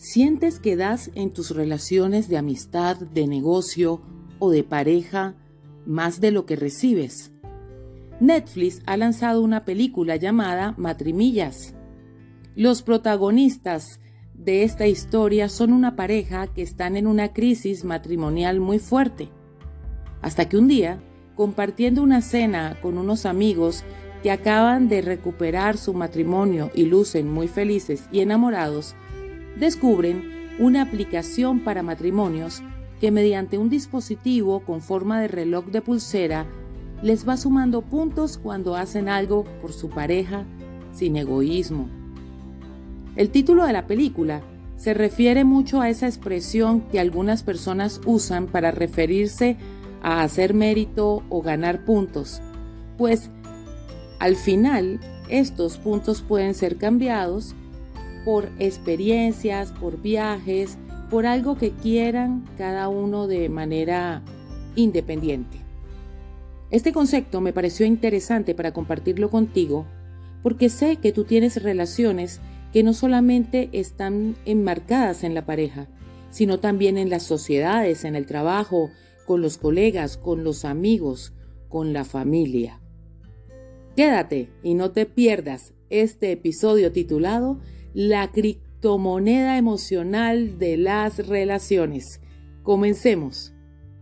¿Sientes que das en tus relaciones de amistad, de negocio o de pareja más de lo que recibes? Netflix ha lanzado una película llamada Matrimillas. Los protagonistas de esta historia son una pareja que están en una crisis matrimonial muy fuerte. Hasta que un día, compartiendo una cena con unos amigos que acaban de recuperar su matrimonio y lucen muy felices y enamorados, descubren una aplicación para matrimonios que mediante un dispositivo con forma de reloj de pulsera les va sumando puntos cuando hacen algo por su pareja sin egoísmo. El título de la película se refiere mucho a esa expresión que algunas personas usan para referirse a hacer mérito o ganar puntos, pues al final estos puntos pueden ser cambiados por experiencias, por viajes, por algo que quieran cada uno de manera independiente. Este concepto me pareció interesante para compartirlo contigo porque sé que tú tienes relaciones que no solamente están enmarcadas en la pareja, sino también en las sociedades, en el trabajo, con los colegas, con los amigos, con la familia. Quédate y no te pierdas este episodio titulado La criptomoneda emocional de las relaciones. Comencemos.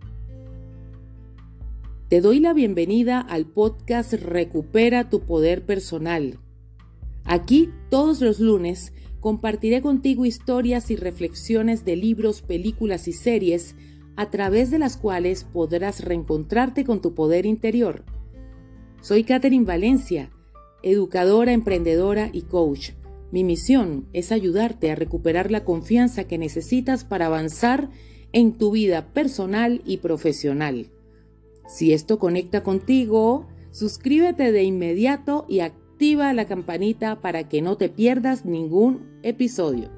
Te doy la bienvenida al podcast Recupera tu Poder Personal. Aquí, todos los lunes, compartiré contigo historias y reflexiones de libros, películas y series a través de las cuales podrás reencontrarte con tu poder interior. Soy Catherine Valencia, educadora, emprendedora y coach. Mi misión es ayudarte a recuperar la confianza que necesitas para avanzar en tu vida personal y profesional. Si esto conecta contigo, suscríbete de inmediato y activa la campanita para que no te pierdas ningún episodio.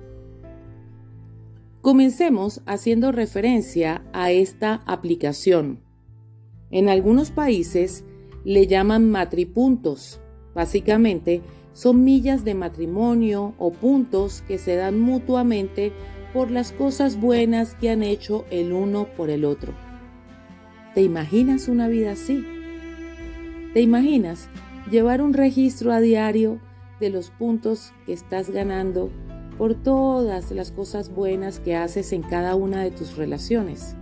Comencemos haciendo referencia a esta aplicación. En algunos países le llaman matripuntos. Básicamente, son millas de matrimonio o puntos que se dan mutuamente por las cosas buenas que han hecho el uno por el otro. ¿Te imaginas una vida así? ¿Te imaginas llevar un registro a diario de los puntos que estás ganando por todas las cosas buenas que haces en cada una de tus relaciones?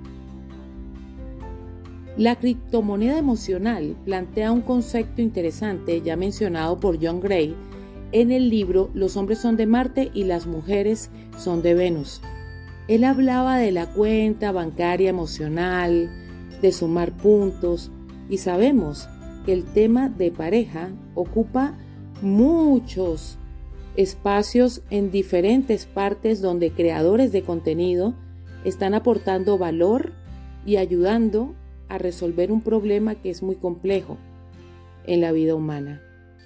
La criptomoneda emocional plantea un concepto interesante ya mencionado por John Gray en el libro Los hombres son de Marte y las mujeres son de Venus. Él hablaba de la cuenta bancaria emocional, de sumar puntos, y sabemos que el tema de pareja ocupa muchos espacios en diferentes partes donde creadores de contenido están aportando valor y ayudando a resolver un problema que es muy complejo en la vida humana.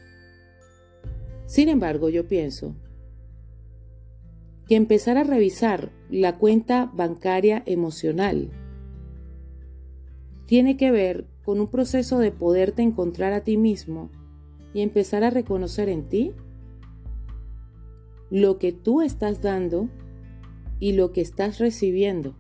Sin embargo, yo pienso que empezar a revisar la cuenta bancaria emocional tiene que ver con un proceso de poderte encontrar a ti mismo y empezar a reconocer en ti lo que tú estás dando y lo que estás recibiendo.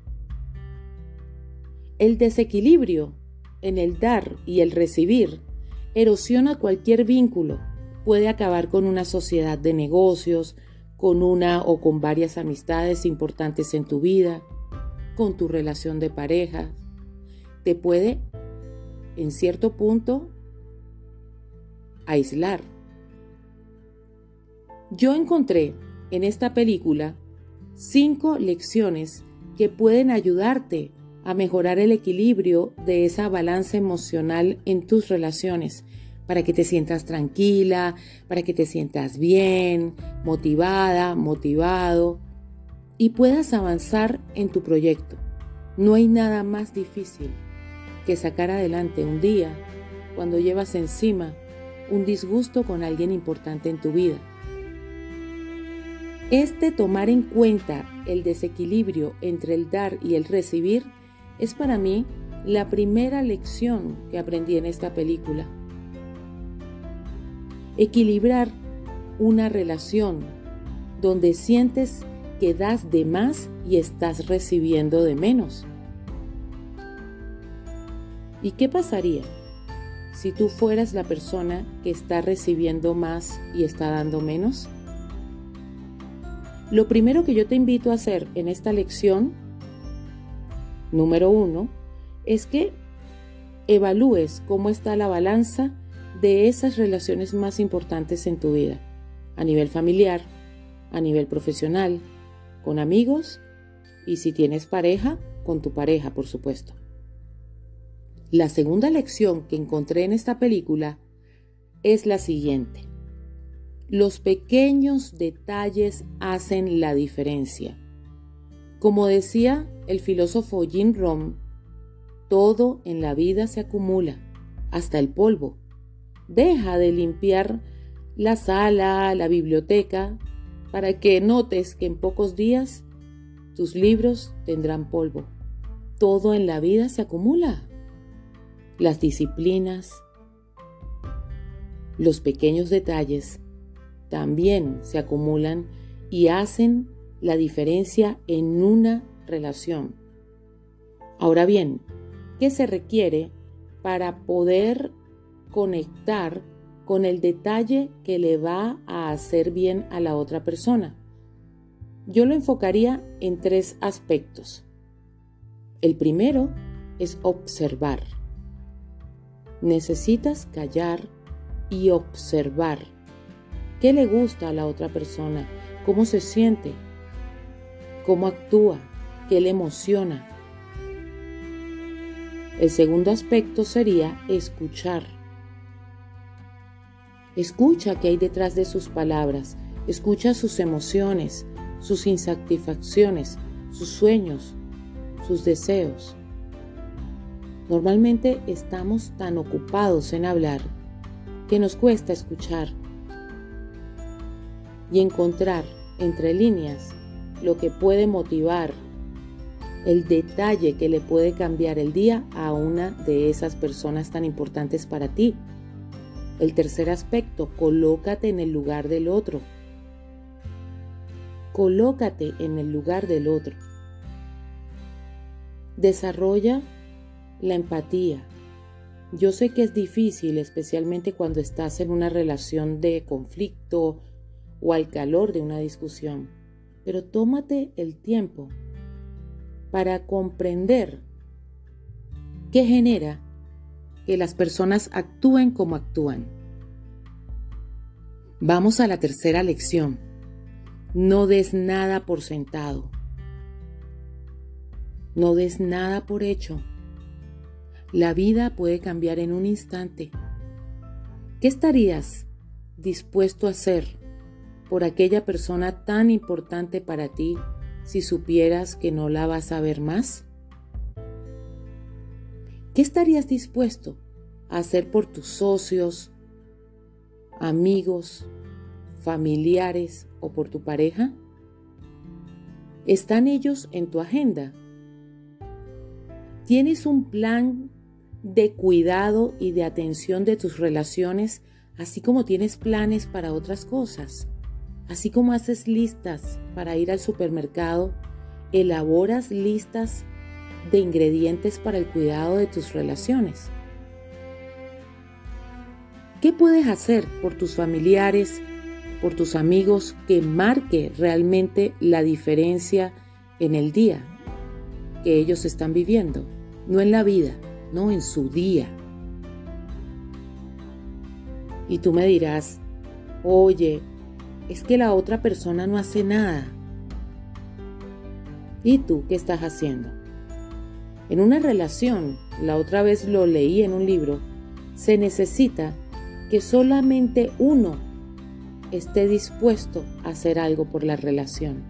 El desequilibrio en el dar y el recibir erosiona cualquier vínculo. Puede acabar con una sociedad de negocios, con una o con varias amistades importantes en tu vida, con tu relación de pareja. Te puede, en cierto punto, aislar. Yo encontré en esta película 5 lecciones que pueden ayudarte a mejorar el equilibrio de esa balanza emocional en tus relaciones, para que te sientas tranquila, para que te sientas bien, motivada, motivado y puedas avanzar en tu proyecto. No hay nada más difícil que sacar adelante un día cuando llevas encima un disgusto con alguien importante en tu vida. Tomar en cuenta el desequilibrio entre el dar y el recibir es para mí la primera lección que aprendí en esta película. Equilibrar una relación donde sientes que das de más y estás recibiendo de menos. ¿Y qué pasaría si tú fueras la persona que está recibiendo más y está dando menos? Lo primero que yo te invito a hacer en esta lección, número 1, es que evalúes cómo está la balanza de esas relaciones más importantes en tu vida, a nivel familiar, a nivel profesional, con amigos y si tienes pareja, con tu pareja, por supuesto. La segunda lección que encontré en esta película es la siguiente. Los pequeños detalles hacen la diferencia. Como decía el filósofo Jim Rohn, todo en la vida se acumula, hasta el polvo. Deja de limpiar la sala, la biblioteca, para que notes que en pocos días tus libros tendrán polvo. Todo en la vida se acumula. Las disciplinas, los pequeños detalles también se acumulan y hacen la diferencia en una relación. Ahora bien, ¿qué se requiere para poder conectar con el detalle que le va a hacer bien a la otra persona? Yo lo enfocaría en 3 aspectos. El primero es observar. Necesitas callar y observar qué le gusta a la otra persona, cómo se siente, cómo actúa, qué le emociona. El segundo aspecto sería escuchar. Escucha qué hay detrás de sus palabras, escucha sus emociones, sus insatisfacciones, sus sueños, sus deseos. Normalmente estamos tan ocupados en hablar que nos cuesta escuchar y encontrar entre líneas lo que puede motivar, el detalle que le puede cambiar el día a una de esas personas tan importantes para ti. El tercer aspecto, colócate en el lugar del otro. Colócate en el lugar del otro. Desarrolla la empatía. Yo sé que es difícil, especialmente cuando estás en una relación de conflicto o al calor de una discusión, pero tómate el tiempo para comprender qué genera que las personas actúen como actúan. Vamos a la tercera lección. No des nada por sentado. No des nada por hecho. La vida puede cambiar en un instante. ¿Qué estarías dispuesto a hacer por aquella persona tan importante para ti si supieras que no la vas a ver más? ¿Qué estarías dispuesto a hacer por tus socios, amigos, familiares o por tu pareja? ¿Están ellos en tu agenda? ¿Tienes un plan de cuidado y de atención de tus relaciones, así como tienes planes para otras cosas? Así como haces listas para ir al supermercado, elaboras listas de ingredientes para el cuidado de tus relaciones. ¿Qué puedes hacer por tus familiares, por tus amigos que marque realmente la diferencia en el día que ellos están viviendo? No en la vida, no en su día. Y tú me dirás, oye, es que la otra persona no hace nada. ¿Y tú qué estás haciendo? En una relación, la otra vez lo leí en un libro, se necesita que solamente uno esté dispuesto a hacer algo por la relación.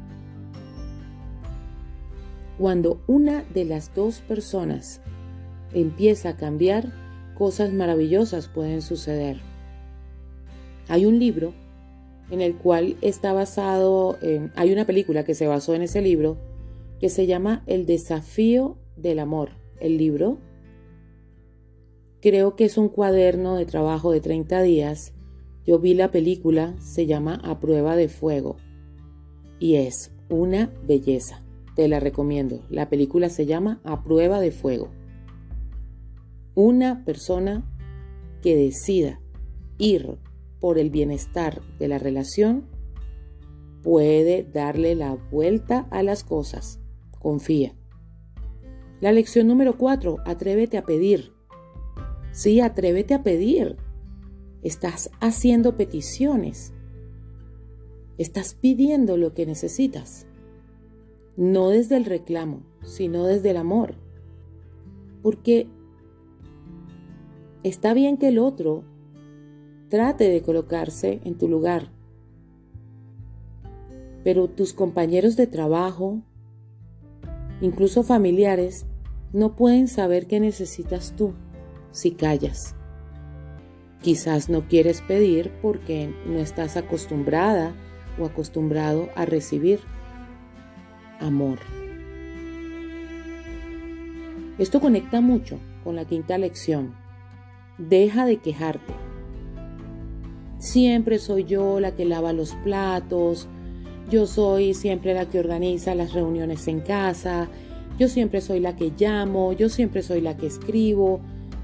Cuando una de las 2 personas empieza a cambiar, cosas maravillosas pueden suceder. Hay un libro en el cual está basado hay una película que se basó en ese libro que se llama El desafío del amor. El libro creo que es un cuaderno de trabajo de 30 días. Yo vi la película, se llama A Prueba de Fuego y es una belleza. Te la recomiendo. La película se llama A Prueba de Fuego. Una persona que decida ir por el bienestar de la relación puede darle la vuelta a las cosas. Confía. La lección número 4, atrévete a pedir. Sí, atrévete a pedir. Estás haciendo peticiones. Estás pidiendo lo que necesitas. No desde el reclamo, sino desde el amor. Porque está bien que el otro trate de colocarse en tu lugar. Pero tus compañeros de trabajo, incluso familiares, no pueden saber qué necesitas tú si callas. Quizás no quieres pedir porque no estás acostumbrada o acostumbrado a recibir amor. Esto conecta mucho con la quinta lección. Deja de quejarte. Siempre soy yo la que lava los platos, yo soy siempre la que organiza las reuniones en casa, yo siempre soy la que llamo, yo siempre soy la que escribo.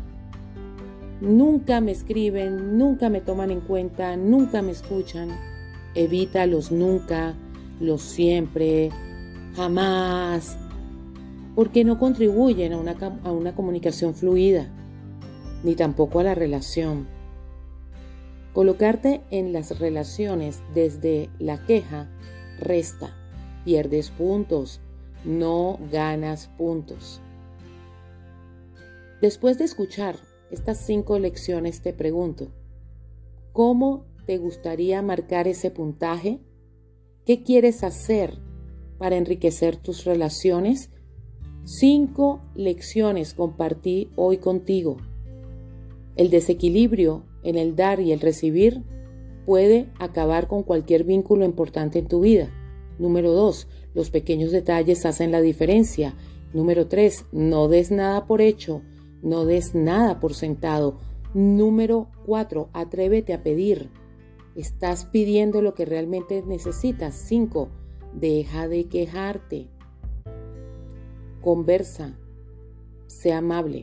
Nunca me escriben, nunca me toman en cuenta, nunca me escuchan. Evita los nunca, los siempre, jamás, porque no contribuyen a una comunicación fluida, ni tampoco a la relación. Colocarte en las relaciones desde la queja resta, pierdes puntos, no ganas puntos. Después de escuchar estas 5 lecciones te pregunto, ¿cómo te gustaría marcar ese puntaje? ¿Qué quieres hacer para enriquecer tus relaciones? 5 lecciones compartí hoy contigo. El desequilibrio en el dar y el recibir puede acabar con cualquier vínculo importante en tu vida. Número 2, los pequeños detalles hacen la diferencia. Número 3, no des nada por hecho, no des nada por sentado. Número 4, atrévete a pedir. Estás pidiendo lo que realmente necesitas. 5, deja de quejarte. Conversa, sé amable.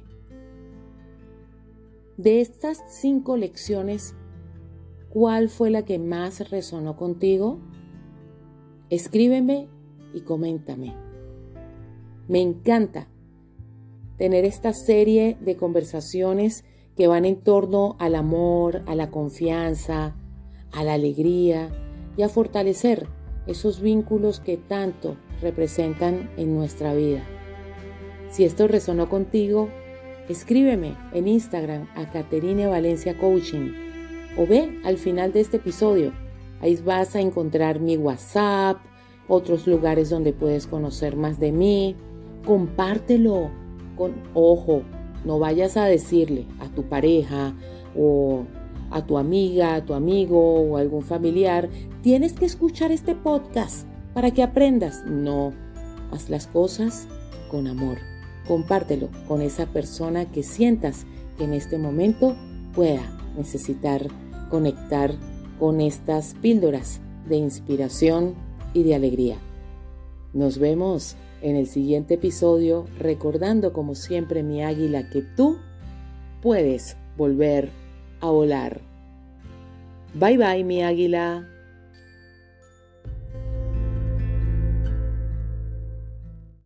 De estas 5 lecciones, ¿cuál fue la que más resonó contigo? Escríbeme y coméntame. Me encanta tener esta serie de conversaciones que van en torno al amor, a la confianza, a la alegría y a fortalecer esos vínculos que tanto representan en nuestra vida. Si esto resonó contigo, escríbeme en Instagram a Caterine Valencia Coaching o ve al final de este episodio. Ahí vas a encontrar mi WhatsApp, otros lugares donde puedes conocer más de mí. Compártelo con ojo. No vayas a decirle a tu pareja o a tu amiga, a tu amigo o a algún familiar, tienes que escuchar este podcast para que aprendas. No, haz las cosas con amor. Compártelo con esa persona que sientas que en este momento pueda necesitar conectar con estas píldoras de inspiración y de alegría. Nos vemos en el siguiente episodio, recordando como siempre, mi águila, que tú puedes volver a volar. Bye bye, mi águila.